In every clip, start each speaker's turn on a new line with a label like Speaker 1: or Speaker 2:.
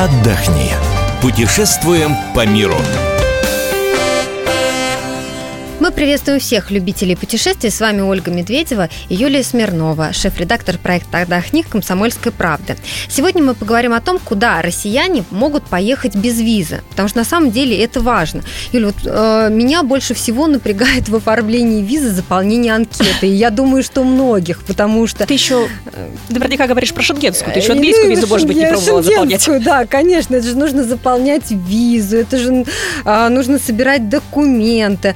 Speaker 1: отдохни. Путешествуем по миру.
Speaker 2: Мы приветствуем всех любителей путешествий. С вами Ольга Медведева и Юлия Смирнова, шеф-редактор проекта «Отдохни» «Комсомольской правды». Сегодня мы поговорим о том, куда россияне могут поехать без визы, потому что на самом деле это важно. Юля, меня больше всего напрягает в оформлении визы заполнение анкеты. И я думаю, что многих, потому что...
Speaker 3: Ты еще наверняка говоришь про шенгенскую. Ты еще английскую визу, может быть, не пробовала заполнять.
Speaker 2: Да, конечно. Это же нужно заполнять визу, это же нужно собирать документы.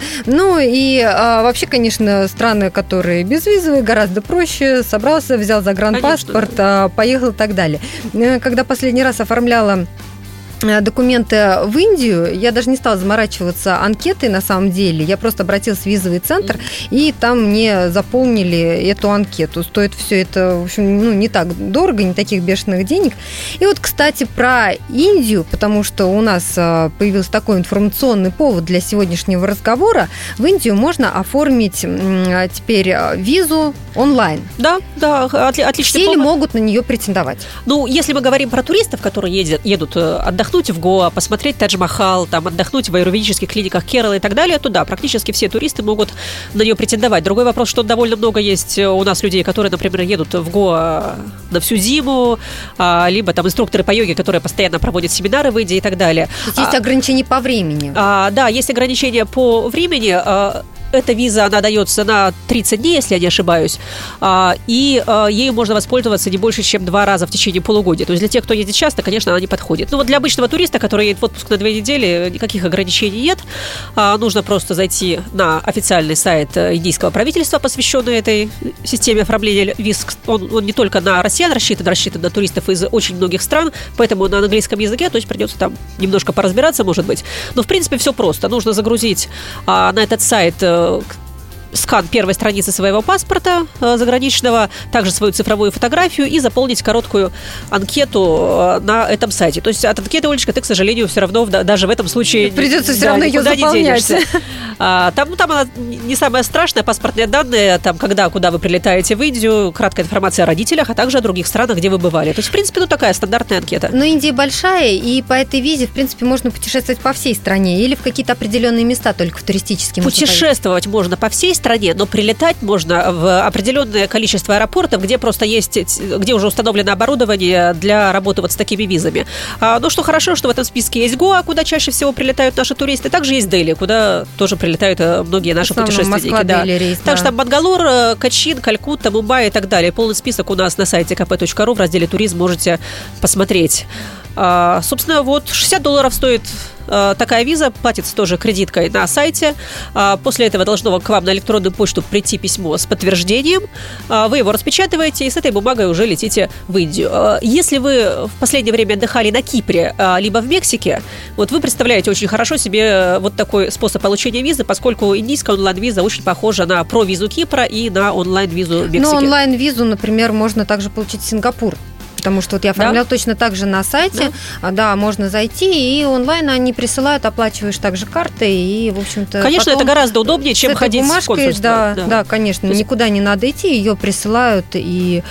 Speaker 2: И вообще, конечно, страны, которые безвизовые, гораздо проще. Собрался, взял загранпаспорт, поехал и так далее. Когда последний раз оформляла документы в Индию, я даже не стала заморачиваться анкетой на самом деле. Я просто обратилась в визовый центр, и там мне заполнили эту анкету. Стоит все это, в общем, не так дорого, не таких бешеных денег. И вот, кстати, про Индию, потому что у нас появился такой информационный повод для сегодняшнего разговора. В Индию можно оформить теперь визу онлайн.
Speaker 3: Да, отлично.
Speaker 2: Все ли могут на нее претендовать?
Speaker 3: Если мы говорим про туристов, которые едут отдохнуть в Гоа, посмотреть Тадж-Махал, отдохнуть в аюрведических клиниках Керала и так далее, то да, практически все туристы могут на нее претендовать. Другой вопрос, что довольно много есть у нас людей, которые, например, едут в Гоа на всю зиму, либо инструкторы по йоге, которые постоянно проводят семинары в Индии и так далее.
Speaker 2: Есть ограничения по времени.
Speaker 3: Да, есть ограничения по времени. Эта виза, она дается на 30 дней, если я не ошибаюсь, и ею можно воспользоваться не больше, чем 2 раза в течение полугодия. То есть для тех, кто едет часто, конечно, она не подходит. Для обычного туриста, который едет в отпуск на 2 недели, никаких ограничений нет. Нужно просто зайти на официальный сайт индийского правительства, посвященный этой системе оформления виз. Он не только на россиян рассчитан на туристов из очень многих стран, поэтому на английском языке, то есть придется там немножко поразбираться, может быть. Но, в принципе, все просто. Нужно загрузить на этот сайт скан первой страницы своего паспорта заграничного, также свою цифровую фотографию и заполнить короткую анкету на этом сайте. То есть от анкеты, Олечка, ты, к сожалению, все равно даже в этом случае
Speaker 2: придется все равно ее заполнять.
Speaker 3: Там она не самая страшная, паспортные данные, куда вы прилетаете в Индию, краткая информация о родителях, а также о других странах, где вы бывали. То есть, в принципе, такая стандартная анкета.
Speaker 2: Но Индия большая, и по этой визе, в принципе, можно путешествовать по всей стране или в какие-то определенные места только в туристические.
Speaker 3: Путешествовать можно по всей стране, но прилетать можно в определенное количество аэропортов, где где уже установлено оборудование для работы с такими визами. Но что хорошо, что в этом списке есть Гоа, куда чаще всего прилетают наши туристы, также есть Дели, куда тоже прилетают многие наши путешественники.
Speaker 2: Москва, Дели, рейс,
Speaker 3: также там Бангалор, Качин, Калькутта, Мумбаи и так далее. Полный список у нас на сайте kp.ru в разделе «Туризм» можете посмотреть. Собственно, $60 стоит такая виза, платится тоже кредиткой на сайте. После этого должно к вам на электронную почту прийти письмо с подтверждением. Вы его распечатываете и с этой бумагой уже летите в Индию. Если вы в последнее время отдыхали на Кипре, либо в Мексике, вы представляете очень хорошо себе такой способ получения визы, поскольку индийская онлайн-виза очень похожа на про-визу Кипра и на онлайн-визу Мексики.
Speaker 2: Но онлайн-визу, например, можно также получить в Сингапур. Потому что я оформляла точно так же на сайте. Да, можно зайти, и онлайн они присылают, оплачиваешь также картой, и, в общем-то...
Speaker 3: Конечно, это гораздо удобнее, чем ходить в консульство.
Speaker 2: Да, конечно, никуда не надо идти, ее присылают, и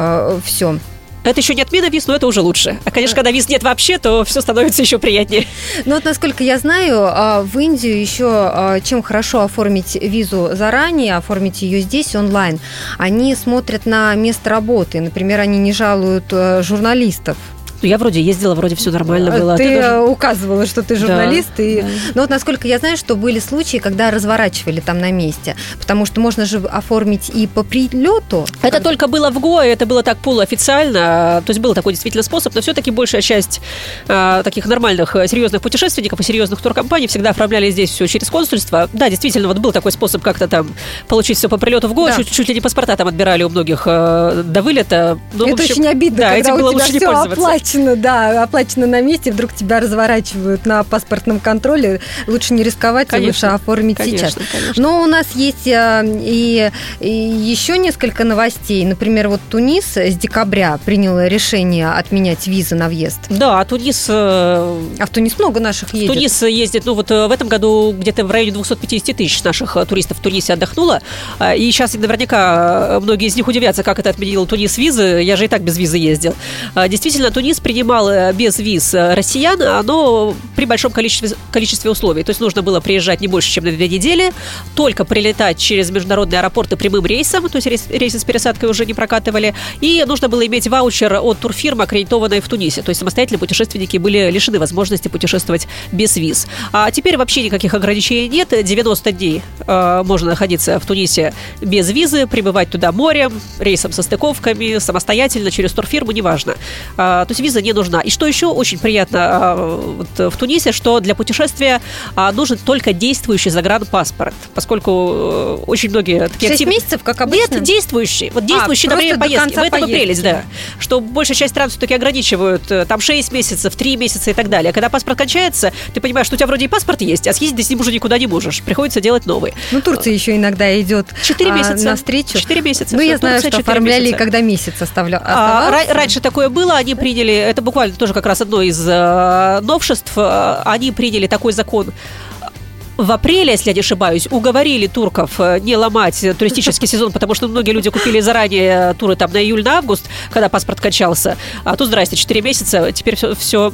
Speaker 2: все.
Speaker 3: Это еще не отмена виз, но это уже лучше. А, конечно, когда виз нет вообще, то все становится еще приятнее.
Speaker 2: Насколько я знаю, в Индию еще чем хорошо оформить визу заранее, оформить ее здесь онлайн, они смотрят на место работы. Например, они не жалуют журналистов.
Speaker 3: Я вроде ездила, вроде все нормально было.
Speaker 2: Ты указывала, что ты журналист. Да. Но насколько я знаю, что были случаи, когда разворачивали там на месте. Потому что можно же оформить и по прилету.
Speaker 3: Это только было в Гоа, это было так полуофициально. То есть был такой действительно способ, но все-таки большая часть таких нормальных, серьезных путешественников и серьезных туркомпаний всегда оформляли здесь все через консульство. Да, действительно, был такой способ как-то там получить все по прилету в Гоа. Да. Чуть ли не паспорта там отбирали у многих до вылета.
Speaker 2: Но, это в общем, очень обидно,
Speaker 3: да,
Speaker 2: когда
Speaker 3: этим было
Speaker 2: у тебя
Speaker 3: лучше не
Speaker 2: все
Speaker 3: пользоваться.
Speaker 2: Оплачено на месте, вдруг тебя разворачивают на паспортном контроле. Лучше не рисковать, лучше оформить сейчас. Конечно. Но у нас есть и еще несколько новостей. Например, Тунис с декабря принял решение отменять визы на въезд.
Speaker 3: Да, Тунис... А
Speaker 2: в Тунис много наших едет.
Speaker 3: В Тунис ездит, в этом году где-то в районе 250 тысяч наших туристов в Тунисе отдохнуло. И сейчас наверняка многие из них удивятся, как это отменил Тунис визы. Я же и так без визы ездил. Действительно, Тунис принимал без виз россиян, но при большом количестве условий. То есть нужно было приезжать не больше, чем на 2 недели, только прилетать через международные аэропорты прямым рейсом, то есть рейсы с пересадкой уже не прокатывали, и нужно было иметь ваучер от турфирмы, аккредитованной в Тунисе. То есть самостоятельные путешественники были лишены возможности путешествовать без виз. А теперь вообще никаких ограничений нет. 90 дней можно находиться в Тунисе без визы, прибывать туда морем, рейсом со стыковками, самостоятельно, через турфирму, неважно. То есть виза не нужна. И что еще очень приятно в Тунисе, что для путешествия нужен только действующий загранпаспорт, поскольку очень многие такие
Speaker 2: 6 месяцев, как обычно?
Speaker 3: Нет, действующий. Вот действующий на время поездки. В этом и прелесть, да. Что большая часть стран все-таки ограничивают там 6 месяцев, 3 месяца и так далее. Когда паспорт кончается, ты понимаешь, что у тебя вроде и паспорт есть, а съездить с ним уже никуда не можешь. Приходится делать новый.
Speaker 2: Ну, Турция еще иногда идет
Speaker 3: 4 месяца.
Speaker 2: навстречу.
Speaker 3: 4 месяца.
Speaker 2: Ну, я знаю, что оформляли, месяца. Когда месяц оставался.
Speaker 3: Раньше такое было, они приняли, это буквально тоже как раз одно из новшеств, они приняли такой закон. В апреле, если я не ошибаюсь, уговорили турков не ломать туристический сезон, потому что многие люди купили заранее туры там на июль, на август, когда паспорт качался. А тут, здрасте, 4 месяца, теперь все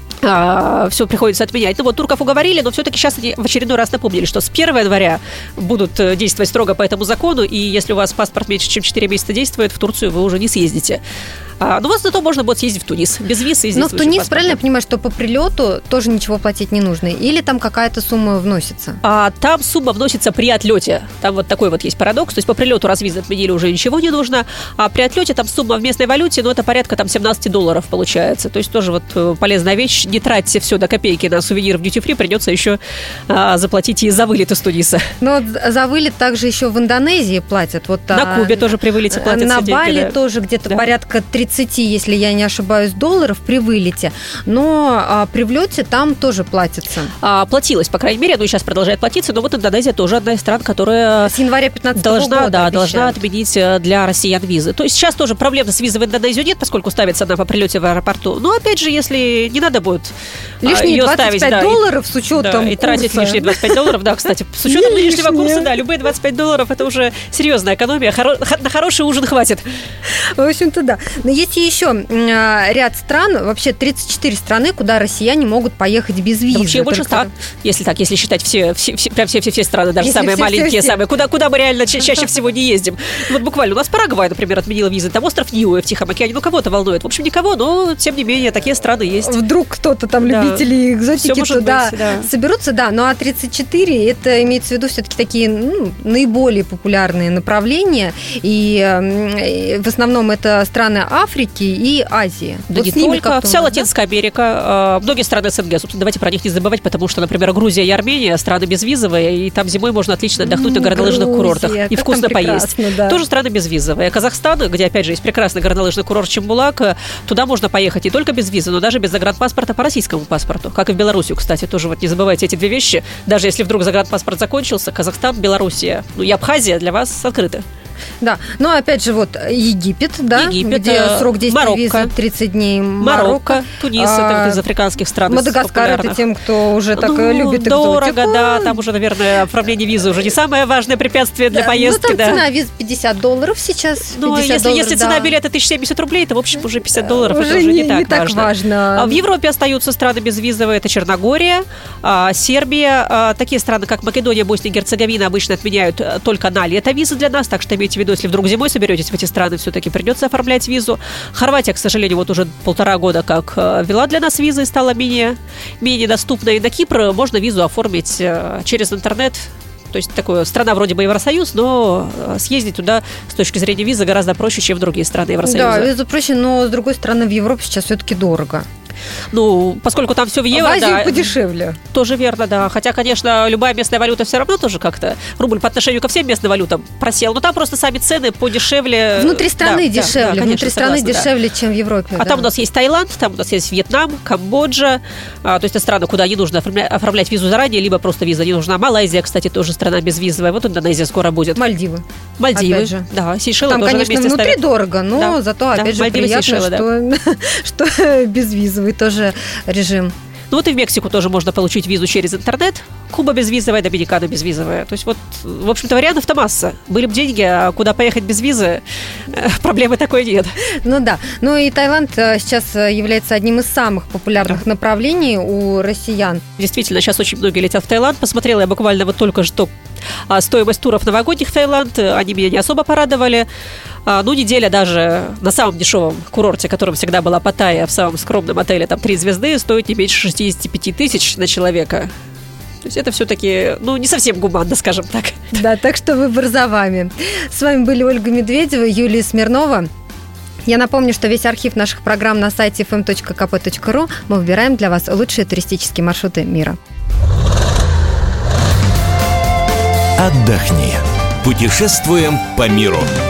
Speaker 3: приходится отменять. Ну вот, турков уговорили, но все-таки сейчас они в очередной раз напомнили, что с 1 января будут действовать строго по этому закону, и если у вас паспорт меньше, чем 4 месяца действует, в Турцию вы уже не съездите. Но вот зато можно будет съездить в Тунис. Без виз и здесь.
Speaker 2: Но в Тунис, правильно я понимаю, что по прилету тоже ничего платить не нужно? Или там какая-то сумма вносится?
Speaker 3: Там сумма вносится при отлете. Там вот такой вот есть парадокс. То есть по прилету, раз визы отменили, уже ничего не нужно. А при отлете там сумма в местной валюте, но это порядка там $17 получается. То есть тоже вот полезная вещь. Не тратьте все до копейки на сувенир в duty-free, придется еще заплатить и за вылет из Туниса.
Speaker 2: Но за вылет также еще в Индонезии платят. Вот,
Speaker 3: на Кубе тоже при вылете платят.
Speaker 2: На Бали тоже где-то порядка 30, если я не ошибаюсь, долларов при вылете. Но при влете там тоже платится.
Speaker 3: Платилось, по крайней мере, сейчас продолжает платиться. Но вот Индонезия тоже одна из стран, которая
Speaker 2: с января 2015 года
Speaker 3: должна отменить для россиян визы. То есть сейчас тоже проблем с визой в Индонезию нет, поскольку ставится она по прилете в аэропорту. Но опять же, если не надо будет
Speaker 2: лишние $25
Speaker 3: ставить,
Speaker 2: с учетом
Speaker 3: и тратить лишние $25, да, кстати. С учетом нынешнего курса, да, любые $25 это уже серьезная экономия. На хороший ужин хватит.
Speaker 2: В общем-то, да. Но есть еще ряд стран, вообще 34 страны, куда россияне могут поехать без визы.
Speaker 3: Вообще больше 100, если считать все страны, даже самые маленькие, самые, куда мы реально чаще всего не ездим. Вот буквально у нас Парагвай, например, отменила визы, там остров Ниуэ в Тихом океане, кого-то волнует. В общем, никого, но тем не менее такие страны есть.
Speaker 2: Вдруг кто-то там, любители экзотики, туда соберутся, да. Ну а 34, это имеется в виду все-таки такие наиболее популярные направления, и в основном это страны Африки и Азии.
Speaker 3: Да
Speaker 2: вот
Speaker 3: не только, вся Латинская Америка, многие страны СНГ, собственно, давайте про них не забывать, потому что, например, Грузия и Армения страны безвизовые, и там зимой можно отлично отдохнуть на горнолыжных курортах и вкусно поесть. Да. Тоже страны безвизовые. Казахстан, где, опять же, есть прекрасный горнолыжный курорт Чембулак, туда можно поехать не только без визы, но даже без загранпаспорта по российскому паспорту, как и в Белоруссию, кстати, тоже вот не забывайте эти две вещи. Даже если вдруг загранпаспорт закончился, Казахстан, Белоруссия, и Абхазия для вас открыты.
Speaker 2: Да, но опять же вот Египет, да, где срок действия визы 30 дней.
Speaker 3: Марокко, Тунис, это из африканских стран.
Speaker 2: Мадагаскар, это тем, кто уже так любит экзотику.
Speaker 3: Дорого, да, там уже, наверное, оформление визы уже не самое важное препятствие для поездки.
Speaker 2: Ну, там цена визы $50 сейчас.
Speaker 3: Ну, если цена билета 1070 рублей, то, в общем, уже $50 это уже не так важно. В Европе остаются страны безвизовые, это Черногория, Сербия. Такие страны, как Македония, Босния и Герцеговина, обычно отменяют только на лето визы для нас, так что имейте в виду, если вдруг зимой соберетесь в эти страны, все-таки придется оформлять визу. Хорватия, к сожалению, вот уже 1,5 года как ввела для нас визы и стала менее доступной. На Кипр можно визу оформить через интернет. То есть такая страна вроде бы Евросоюз, но съездить туда с точки зрения визы гораздо проще, чем в другие страны Евросоюза.
Speaker 2: Да, визу проще, но с другой стороны в Европе сейчас все-таки дорого.
Speaker 3: Ну, поскольку там все в евро,
Speaker 2: в Азию подешевле.
Speaker 3: Тоже верно, да. Хотя, конечно, любая местная валюта все равно тоже как-то, рубль по отношению ко всем местным валютам просел. Но там просто сами цены подешевле.
Speaker 2: Внутри страны дешевле.
Speaker 3: Да, конечно,
Speaker 2: внутри страны
Speaker 3: согласна,
Speaker 2: дешевле, чем в Европе.
Speaker 3: А там у нас есть Таиланд, там у нас есть Вьетнам, Камбоджа. То есть это страны, куда не нужно оформлять визу заранее, либо просто виза не нужна. Малайзия, кстати, тоже страна безвизовая. Вот Индонезия скоро будет.
Speaker 2: Мальдивы.
Speaker 3: Да, Сейшелы
Speaker 2: там,
Speaker 3: тоже
Speaker 2: конечно,
Speaker 3: вместе
Speaker 2: внутри
Speaker 3: ставят.
Speaker 2: дорого, но зато, опять же,
Speaker 3: Мальдивы,
Speaker 2: приятно,
Speaker 3: Сейшелы,
Speaker 2: что безвизовый тоже режим.
Speaker 3: Ну вот и в Мексику тоже можно получить визу через интернет. Куба безвизовая, Доминикана безвизовая. То есть вот, в общем-то, вариантов-то масса. Были бы деньги, а куда поехать без визы, проблемы такой нет.
Speaker 2: Ну да. Ну и Таиланд сейчас является одним из самых популярных направлений у россиян.
Speaker 3: Действительно, сейчас очень многие летят в Таиланд. Посмотрела я буквально вот только что стоимость туров новогодних в Таиланд. Они меня не особо порадовали. Ну, неделя даже на самом дешевом курорте, которым всегда была Паттайя, в самом скромном отеле, там 3 звезды, стоит не меньше 65 тысяч на человека. То есть это все-таки, не совсем гуманно, скажем так.
Speaker 2: Да, так что выбор за вами. С вами были Ольга Медведева и Юлия Смирнова. Я напомню, что весь архив наших программ на сайте fm.kp.ru. Мы выбираем для вас лучшие туристические маршруты мира.
Speaker 1: Отдохни. Путешествуем по миру.